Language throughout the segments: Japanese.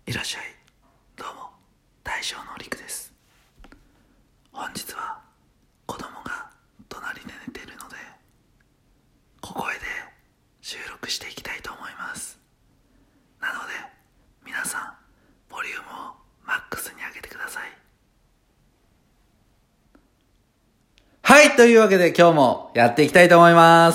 いらっしゃい。どうも、大将のりくです。本日は子供が隣で寝ているので、小声で収録していきたいと思います。なので、皆さん、ボリュームをマックスに上げてください。はい、というわけで今日もやっていきたいと思います。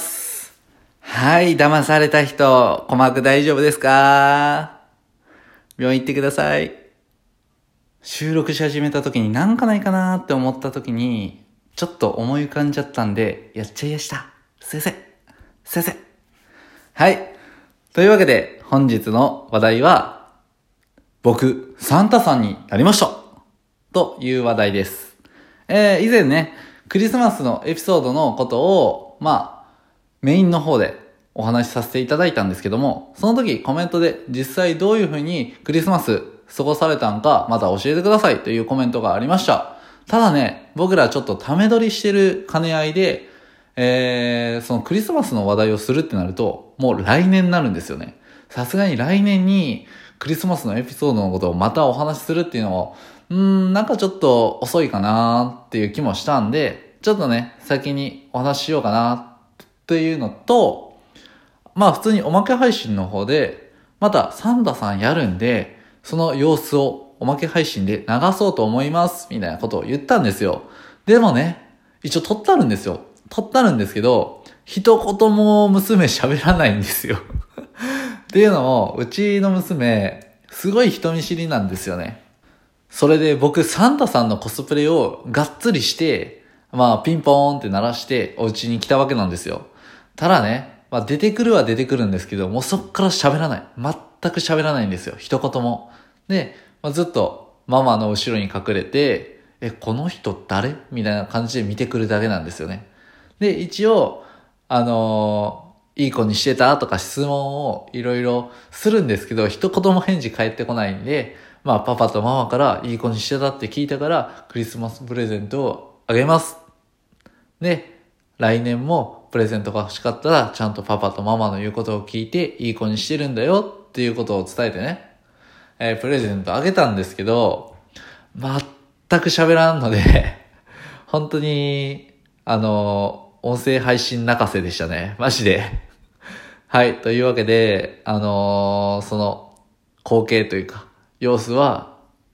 はい、騙された人、鼓膜大丈夫ですか？病院行ってください。収録し始めた時になんかないかなって思った時にちょっと思い浮かんじゃったんでやっちゃいました。先生。はい。というわけで本日の話題は僕サンタさんになりましたという話題です。以前ねクリスマスのエピソードのことをメインの方でお話しさせていただいたんですけども、その時コメントで実際どういう風にクリスマス過ごされたんかまた教えてくださいというコメントがありました。ただね、僕らちょっとため撮りしてる兼ね合いで、そのクリスマスの話題をするってなるともう来年になるんですよね。さすがに来年にクリスマスのエピソードのことをまたお話しするっていうのもなんかちょっと遅いかなっていう気もしたんで、ちょっとね先にお話ししようかなっていうのと、普通におまけ配信の方でまたサンタさんやるんでその様子をおまけ配信で流そうと思いますみたいなことを言ったんですよ。でもね、一応撮ってあるんですよ。撮ってあるんですけど一言も娘喋らないんですよっていうのもうちの娘すごい人見知りなんですよね。それで僕サンタさんのコスプレをがっつりしてピンポーンって鳴らしてお家に来たわけなんですよ。ただね、出てくるは出てくるんですけど、もうそっから喋らない。全く喋らないんですよ。一言も。で、ずっとママの後ろに隠れて、この人誰みたいな感じで見てくるだけなんですよね。で、一応、いい子にしてたとか質問をいろいろするんですけど、一言も返事返ってこないんで、パパとママからいい子にしてたって聞いたから、クリスマスプレゼントをあげます。で、来年もプレゼントが欲しかったらちゃんとパパとママの言うことを聞いていい子にしてるんだよっていうことを伝えてね、プレゼントあげたんですけど全く喋らんので本当に音声配信泣かせでしたね、マジではい、というわけでその光景というか様子は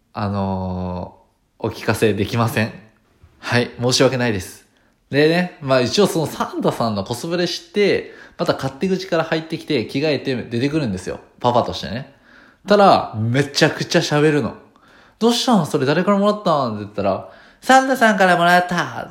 お聞かせできません。はい、申し訳ないです。でね、一応そのサンタさんのコスプレして、また勝手口から入ってきて着替えて出てくるんですよ。パパとしてね。ただ、めちゃくちゃ喋るの。どうしたんそれ誰からもらったんって言ったら、サンタさんからもらったって。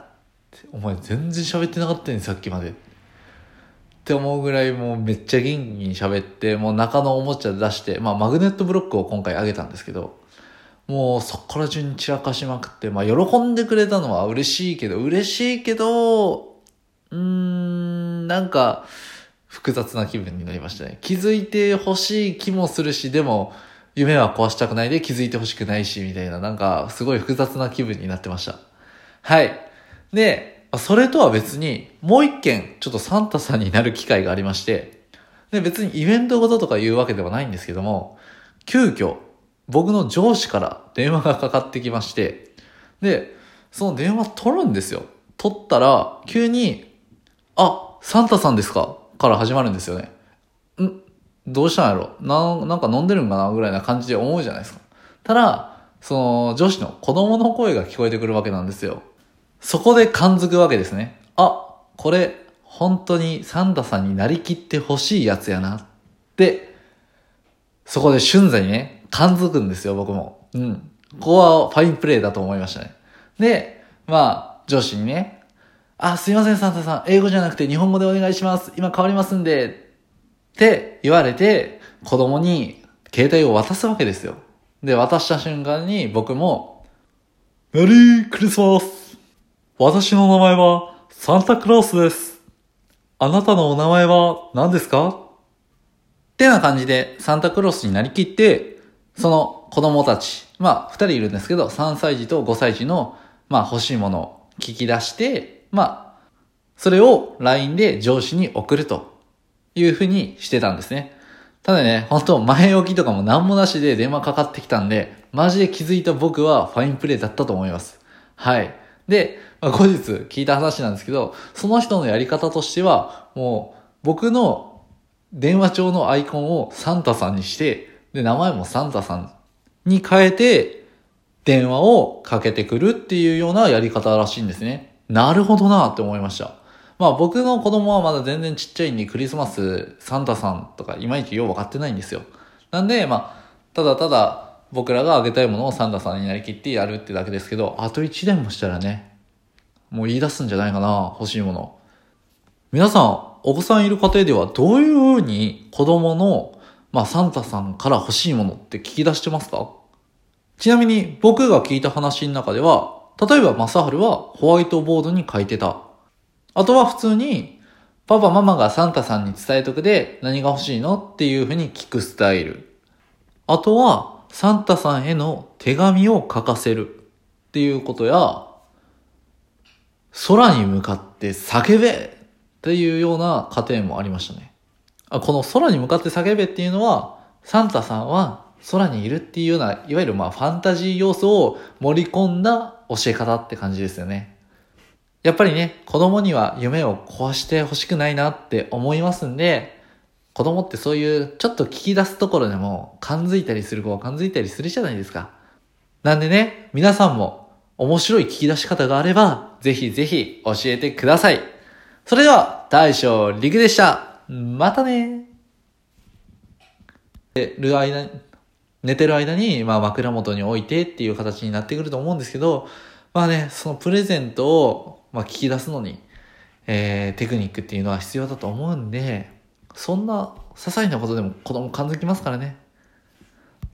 お前全然喋ってなかったね、さっきまで。って思うぐらいもうめっちゃ元気に喋って、もう中のおもちゃ出して、マグネットブロックを今回あげたんですけど、もうそこら中に散らかしまくって、喜んでくれたのは嬉しいけど、なんか複雑な気分になりましたね。気づいてほしい気もするし、でも夢は壊したくないで気づいてほしくないし、みたいな、なんかすごい複雑な気分になってました。はい。で、それとは別にもう一件ちょっとサンタさんになる機会がありまして、で別にイベントごととか言うわけではないんですけども、急遽僕の上司から電話がかかってきまして、で、その電話取るんですよ。取ったら、急に、サンタさんですかから始まるんですよね。どうしたんやろなんか飲んでるんかなぐらいな感じで思うじゃないですか。ただ、その上司の子供の声が聞こえてくるわけなんですよ。そこで感づくわけですね。これ、本当にサンタさんになりきってほしいやつやなって、そこで瞬時にね、感づくんですよ、僕も。ここはファインプレーだと思いましたね。で、上司にね、すいません、サンタさん、英語じゃなくて日本語でお願いします。今変わりますんで、って言われて、子供に携帯を渡すわけですよ。で、渡した瞬間に僕も、メリークリスマス。私の名前はサンタクロースです。あなたのお名前は何ですかってな感じでサンタクロースになりきって、その子供たち、二人いるんですけど、3歳児と5歳児の、欲しいものを聞き出して、それを LINE で上司に送るというふうにしてたんですね。 ただね、本当前置きとかも何もなしで電話かかってきたんで、マジで気づいた僕はファインプレーだったと思います。はい。で、後日聞いた話なんですけど、その人のやり方としては、もう僕の電話帳のアイコンをサンタさんにして、で、名前もサンタさんに変えて、電話をかけてくるっていうようなやり方らしいんですね。なるほどなって思いました。まあ僕の子供はまだ全然ちっちゃいんでクリスマスサンタさんとかいまいちよう分かってないんですよ。なんでまあただただ僕らがあげたいものをサンタさんになりきってやるってだけですけど、あと1年もしたらね、もう言い出すんじゃないかな、欲しいもの。皆さん、お子さんいる家庭ではどういう風に子供のサンタさんから欲しいものって聞き出してますか？ちなみに僕が聞いた話の中では、例えば正春はホワイトボードに書いてた。あとは普通に、パパママがサンタさんに伝えとくで何が欲しいのっていう風に聞くスタイル。あとは、サンタさんへの手紙を書かせるっていうことや、空に向かって叫べっていうような家庭もありましたね。この空に向かって叫べっていうのは、サンタさんは空にいるっていうような、いわゆるファンタジー要素を盛り込んだ教え方って感じですよね。やっぱりね、子供には夢を壊してほしくないなって思いますんで、子供ってそういうちょっと聞き出すところでも感づいたりする子は感づいたりするじゃないですか。なんでね、皆さんも面白い聞き出し方があれば、ぜひぜひ教えてください。それでは、大将陸でした。またね。寝てる間に、枕元に置いてっていう形になってくると思うんですけど、そのプレゼントを、聞き出すのに、テクニックっていうのは必要だと思うんで、そんな些細なことでも子供感づきますからね。